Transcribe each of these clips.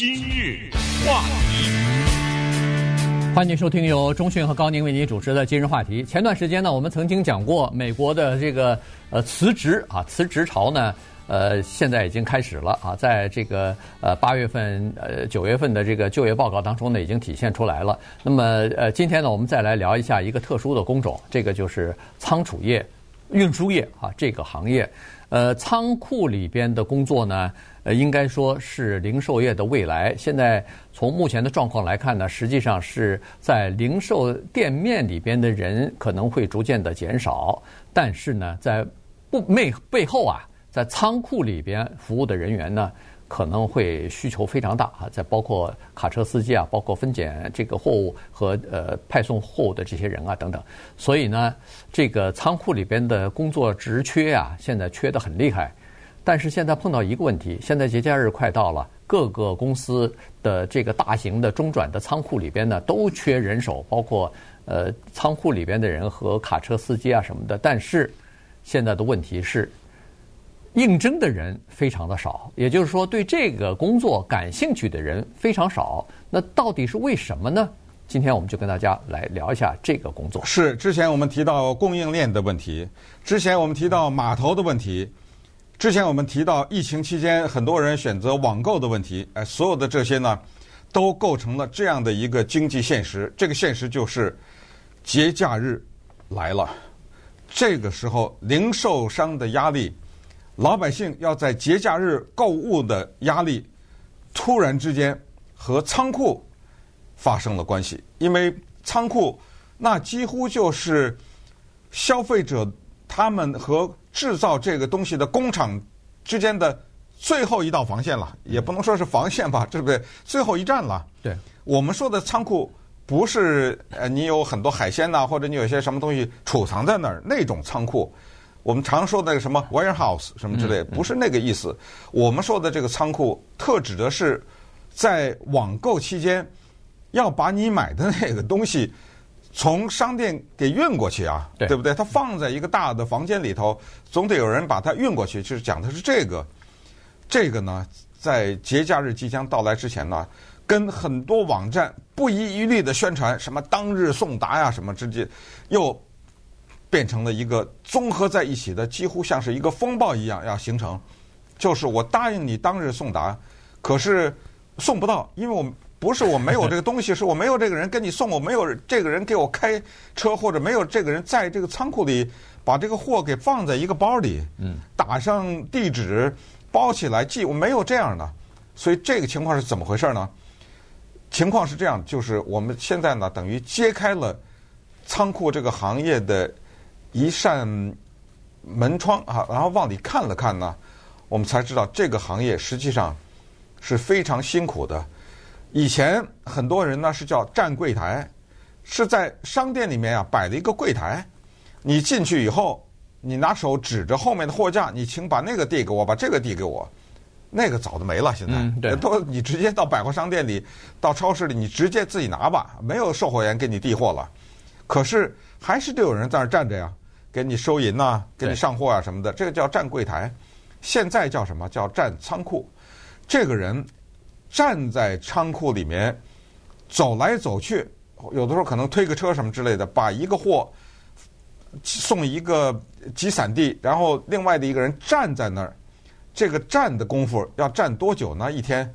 今日话题， 欢迎收听由钟迅和高宁为您主持的今日话题。前段时间呢，我们曾经讲过美国的这个辞职潮呢，现在已经开始了啊，在这个8月份9月份的这个就业报告当中呢，已经体现出来了。那么今天呢，我们再来聊一下一个特殊的工种，这个就是仓储业、运输业啊这个行业。仓库里边的工作呢，应该说是零售业的未来。现在从目前的状况来看呢，实际上是在零售店面里边的人可能会逐渐的减少，但是呢，在背后啊，在仓库里边服务的人员呢，可能会需求非常大啊，在包括卡车司机啊，包括分拣这个货物和派送货物的这些人啊等等。所以呢，这个仓库里边的工作职缺啊，现在缺得很厉害。但是现在碰到一个问题，现在节假日快到了，各个公司的这个大型的中转的仓库里边呢，都缺人手，包括仓库里边的人和卡车司机啊什么的。但是现在的问题是，应征的人非常的少，也就是说对这个工作感兴趣的人非常少。那到底是为什么呢？今天我们就跟大家来聊一下这个工作。 是，之前我们提到供应链的问题，之前我们提到码头的问题，之前我们提到疫情期间很多人选择网购的问题，所有的这些呢，都构成了这样的一个经济现实。这个现实就是节假日来了，这个时候零售商的压力，老百姓要在节假日购物的压力，突然之间和仓库发生了关系。因为仓库那几乎就是消费者他们和制造这个东西的工厂之间的最后一道防线了，也不能说是防线吧，对不对？最后一站了。 对， 我们说的仓库不是你有很多海鲜呐，或者你有些什么东西储藏在那儿那种仓库。我们常说的什么 warehouse 什么之类，不是那个意思。我们说的这个仓库，特指的是在网购期间要把你买的那个东西从商店给运过去啊，对不对？它放在一个大的房间里头，总得有人把它运过去。就是讲的是这个。这个呢，在节假日即将到来之前呢，跟很多网站不遗余力的宣传什么当日送达呀什么之间，又变成了一个综合在一起的，几乎像是一个风暴一样要形成。就是我答应你当日送达，可是送不到，因为我不是我没有这个东西，是我没有这个人跟你送，我没有这个人给我开车，或者没有这个人在这个仓库里把这个货给放在一个包里，打上地址包起来寄，我没有这样的。所以这个情况是怎么回事呢？情况是这样，就是我们现在呢等于揭开了仓库这个行业的一扇门窗啊，然后往里看了看呢，我们才知道这个行业实际上是非常辛苦的。以前很多人呢是叫站柜台，是在商店里面啊摆了一个柜台，你进去以后，你拿手指着后面的货架，你请把那个递给我，把这个递给我。那个早都没了，现在对， 都你直接到百货商店里、到超市里，你直接自己拿吧，没有售货员给你递货了。可是还是得有人在那儿站着呀，给你收银呐，给你上货啊什么的，这个叫站柜台。现在叫什么？叫站仓库。这个人站在仓库里面走来走去，有的时候可能推个车什么之类的，把一个货送一个集散地，然后另外的一个人站在那儿。这个站的功夫要站多久呢？一天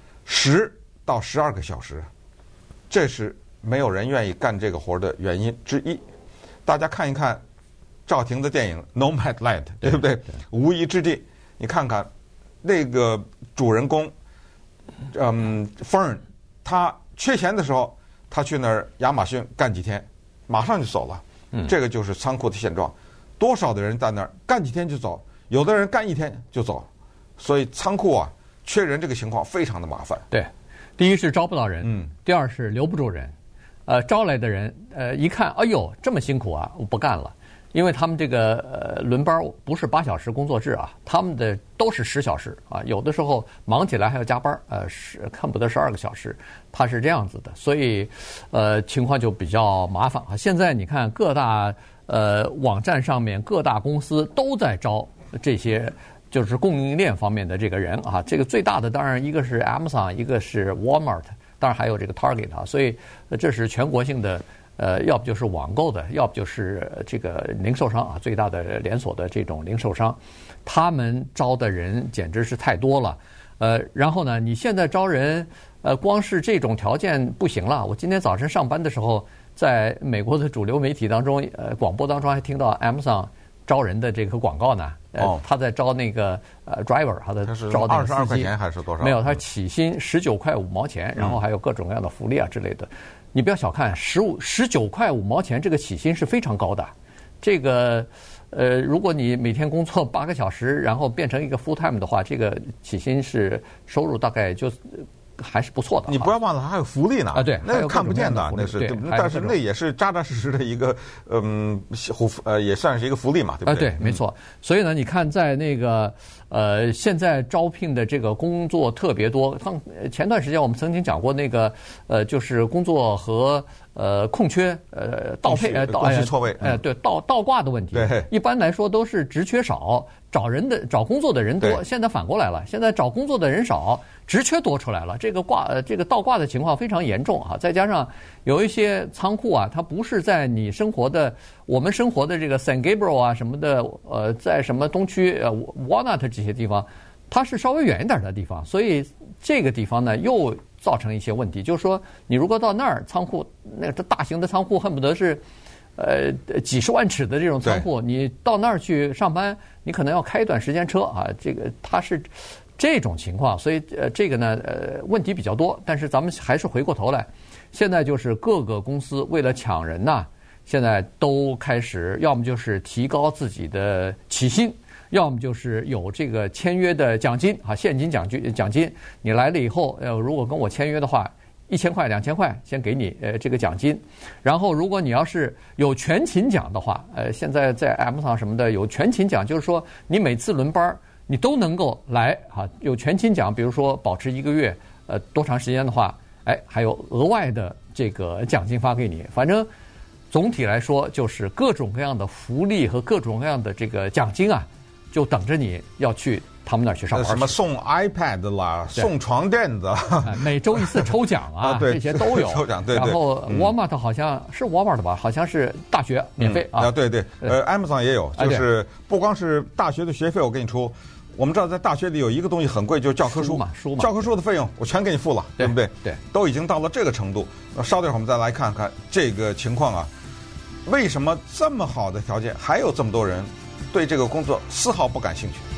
10到12个小时，这是没有人愿意干这个活的原因之一。大家看一看赵婷的电影《Nomadland》，对不对？无依之地。你看看那个主人公，Fern， 他缺钱的时候，他去那儿亚马逊干几天，马上就走了。这个就是仓库的现状。多少的人在那儿干几天就走，有的人干1天就走。所以仓库啊，缺人这个情况非常的麻烦。 对，第一是招不到人，第二是留不住人。招来的人，一看，哎呦，这么辛苦啊，我不干了。因为他们这个轮班不是8小时工作制啊，他们的都是10小时啊，有的时候忙起来还要加班，恨不得12个小时，他是这样子的，所以情况就比较麻烦啊。现在你看各大网站上面各大公司都在招这些就是供应链方面的这个人啊。这个最大的当然一个是 Amazon， 一个是 Walmart， 当然还有这个 Target 啊。所以这是全国性的，要不就是网购的，要不就是这个零售商啊，最大的连锁的这种零售商，他们招的人简直是太多了。然后呢，你现在招人，光是这种条件不行了。我今天早晨上班的时候，在美国的主流媒体当中，广播当中还听到 Amazon 招人的这个广告呢。他在招那个driver， 他在招那个司机。22 块钱还是多少？ 没有，他起薪19块5毛钱，然后还有各种各样的福利啊之类的。你不要小看19块5毛钱这个起薪是非常高的。这个如果你每天工作8个小时，然后变成一个 full time 的话，这个起薪是收入大概就还是不错的。 你不要忘了还有福利呢啊，对， 那个看不见的，那是，但是那也是扎扎实实的一个也算是一个福利嘛，对不对？ 对，没错。所以呢，你看在那个现在招聘的这个工作特别多。前段时间我们曾经讲过那个就是工作和空缺倒配供需错位对倒挂的问题。 对， 一般来说都是职缺少，找工作的人多。现在反过来了，现在找工作的人少，职缺多出来了。这个倒挂的情况非常严重啊！再加上有一些仓库啊，它不是在我们生活的这个 San Gabriel 啊什么的，在什么东区Walnut 这些地方，它是稍微远一点的地方，所以这个地方呢又造成一些问题。就是说，你如果到那儿仓库，那个大型的仓库恨不得是几十万尺的这种仓库，你到那儿去上班，你可能要开一段时间车啊。这个它是这种情况，所以这个呢问题比较多。但是咱们还是回过头来，现在就是各个公司为了抢人呐，现在都开始要么就是提高自己的起薪，要么就是有这个签约的奖金啊，现金奖金。你来了以后，如果跟我签约的话，1000块、2000块先给你这个奖金。然后如果你要是有全勤奖的话，现在在 Amazon 什么的有全勤奖，就是说你每次轮班你都能够来啊，有全勤奖。比如说保持1个月多长时间的话，还有额外的这个奖金发给你。反正总体来说就是各种各样的福利和各种各样的这个奖金啊，就等着你要去他们那儿去上班。 什么送 iPad 啦，送床垫子， 每周1次抽奖啊，这些都有。 抽奖，对。 然后 Walmart 好像是 Walmart 吧，好像是大学免费啊。 对。Amazon 也有，就是不光是大学的学费我给你出。我们知道在大学里有一个东西很贵，就是教科书嘛， 教科书的费用我全给你付了，对不对？ 对， 都已经到了这个程度。那稍等会儿我们再来看看这个情况啊，为什么这么好的条件还有这么多人对这个工作丝毫不感兴趣？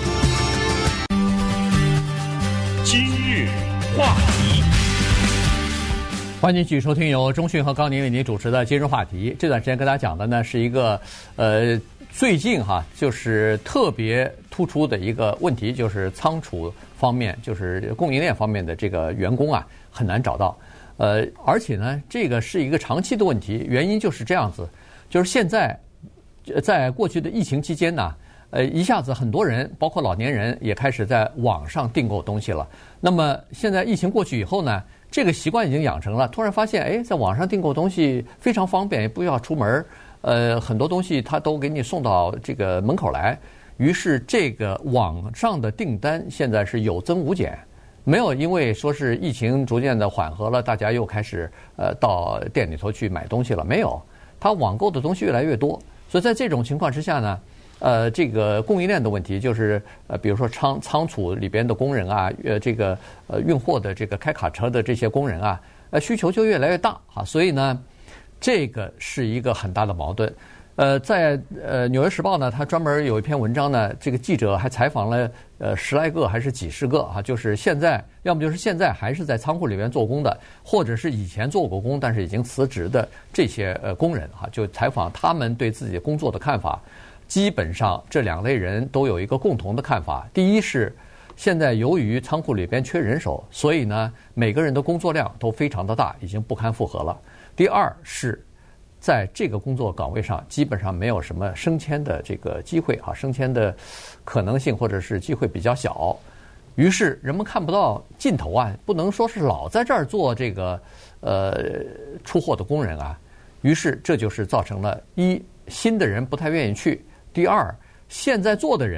今日话题， 欢迎继续收听由钟迅和高宁为您主持的今日话题。这段时间跟大家讲的呢是一个最近就是特别突出的一个问题，就是仓储方面，就是供应链方面的这个员工啊很难找到。而且呢，这个是一个长期的问题，原因就是这样子，就是现在在过去的疫情期间呢，一下子很多人，包括老年人，也开始在网上订购东西了。那么现在疫情过去以后呢，这个习惯已经养成了，突然发现，在网上订购东西非常方便，也不需要出门。很多东西它都给你送到这个门口来，于是这个网上的订单现在是有增无减，没有因为说是疫情逐渐的缓和了，大家又开始到店里头去买东西了，没有，它网购的东西越来越多，所以在这种情况之下呢，这个供应链的问题就是比如说仓储里边的工人啊，这个运货的这个开卡车的这些工人啊，需求就越来越大啊，所以呢。这个是一个很大的矛盾。在纽约时报呢，他专门有一篇文章呢，这个记者还采访了10来个还是几十个啊，就是现在要么就是现在还是在仓库里面做工的，或者是以前做过工但是已经辞职的这些工人啊，就采访他们对自己工作的看法。基本上这2类人都有一个共同的看法，第一是现在由于仓库里边缺人手，所以呢每个人的工作量都非常的大，已经不堪负荷了。第二是在这个工作岗位上基本上没有什么升迁的这个机会啊，升迁的可能性或者是机会比较小，于是人们看不到尽头啊，不能说是老在这儿做这个出货的工人啊，于是这就是造成了一新的人不太愿意去，第二现在做的人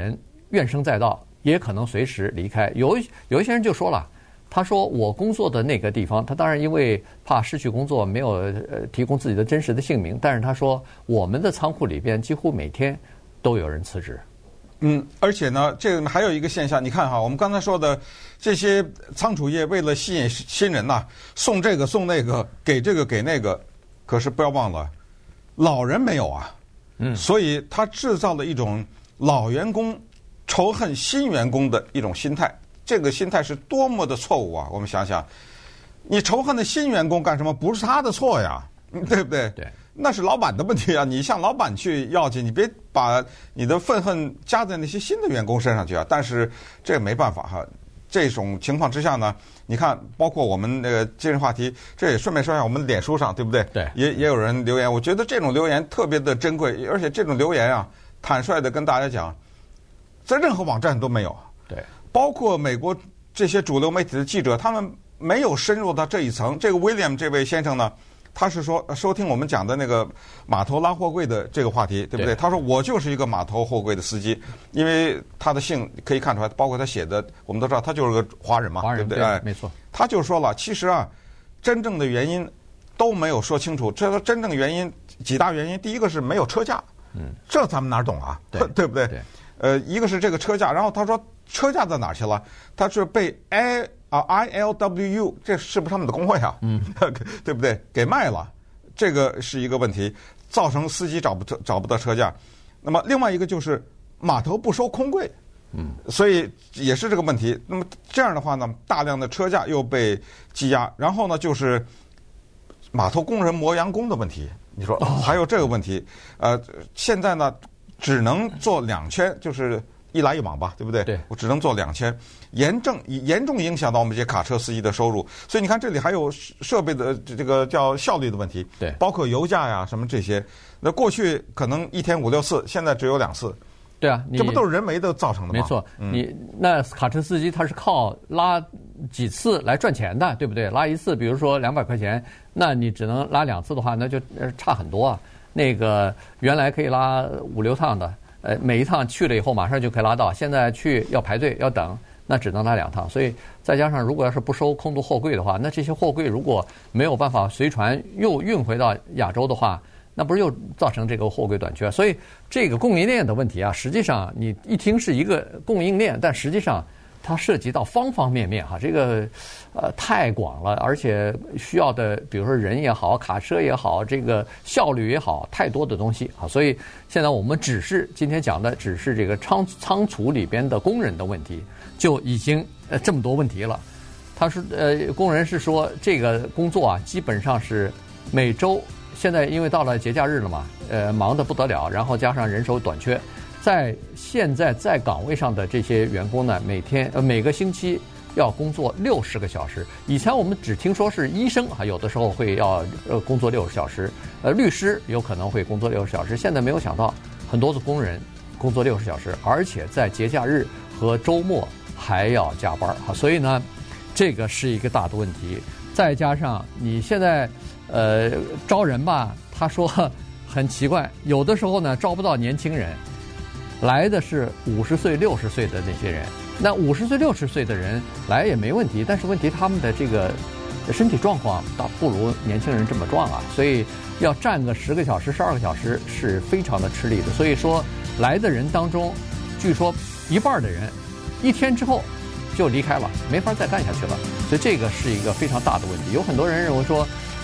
怨声载道，也可能随时离开。有一些人就说了，他说我工作的那个地方，他当然因为怕失去工作，没有提供自己的真实的姓名，但是他说我们的仓库里边几乎每天都有人辞职。 而且呢，这个还有一个现象，你看哈，我们刚才说的这些仓储业为了吸引新人呐，送这个送那个，给这个给那个，可是不要忘了，老人没有啊，所以他制造了一种老员工仇恨新员工的一种心态，这个心态是多么的错误啊！我们想想，你仇恨的新员工干什么？不是他的错呀，对不对？ 对。 那是老板的问题啊！你向老板去要去，你别把你的愤恨加在那些新的员工身上去啊！但是这个没办法哈，这种情况之下呢，你看，包括我们那个今日话题，这也顺便说一下，我们脸书上对不对？ 对， 也有人留言，我觉得这种留言特别的珍贵，而且这种留言啊，坦率的跟大家讲，在任何网站都没有。 对， 包括美国这些主流媒体的记者，他们没有深入到这一层。这个 William 这位先生呢，他是说收听我们讲的那个码头拉货柜的这个话题，对不对？他说我就是一个码头货柜的司机，因为他的姓可以看出来，包括他写的，我们都知道他就是个华人嘛， 华人对不对？哎， 没错。 他就说了，其实啊，真正的原因都没有说清楚。这真正原因几大原因，第一个是没有车架，这咱们哪懂啊？对不对？一个是这个车架，然后他说车架在哪儿去了？他是被ILWU， 这是不是他们的工会啊？对不对？给卖了，这个是一个问题，造成司机找不到车架。那么另外一个就是码头不收空柜，所以也是这个问题。那么这样的话呢，大量的车架又被积压，然后呢就是码头工人磨洋工的问题。你说还有这个问题，现在呢只能做2圈，就是一来一往吧，对不对？ 对， 我只能做2圈，严重影响到我们这些卡车司机的收入。所以你看，这里还有设备的这个叫效率的问题， 对， 包括油价呀什么这些。那过去可能1天5、6次，现在只有2次。 对啊， 这不都是人为的造成的吗？ 没错，那卡车司机他是靠拉几次来赚钱的，对不对？拉一次，比如说200块钱，那你只能拉2次的话，那就差很多啊。那个原来可以拉5、6趟的，每一趟去了以后马上就可以拉到，现在去要排队要等，那只能拉2趟。所以再加上如果要是不收空渡货柜的话，那这些货柜如果没有办法随船又运回到亚洲的话，那不是又造成这个货柜短缺？所以这个供应链的问题啊，实际上你一听是一个供应链，但实际上它涉及到方方面面哈，这个太广了，而且需要的比如说人也好，卡车也好，这个效率也好，太多的东西啊。所以现在我们今天讲的只是这个仓储里边的工人的问题，就已经这么多问题了。他说工人是说这个工作啊，基本上是每周。现在因为到了节假日了嘛，忙得不得了，然后加上人手短缺，现在在岗位上的这些员工呢，每个星期要工作60个小时。以前我们只听说是医生啊，有的时候会要工作60小时，律师有可能会工作60小时。现在没有想到很多的工人工作60小时，而且在节假日和周末还要加班啊，所以呢，这个是一个大的问题。再加上你现在招人吧，他说很奇怪，有的时候呢招不到年轻人，来的是50岁、60岁的那些人。那50岁、60岁的人来也没问题，但是问题他们的这个身体状况倒不如年轻人这么壮啊，所以要站个10个小时、12个小时是非常的吃力的。所以说来的人当中，据说一半的人1天之后就离开了，没法再干下去了。所以这个是一个非常大的问题。有很多人认为说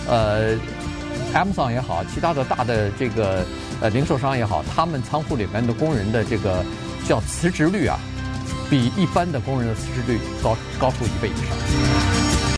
Amazon 也好，其他的大的这个零售商也好，他们仓库里面的工人的这个叫辞职率啊，比一般的工人的辞职率高出1倍以上。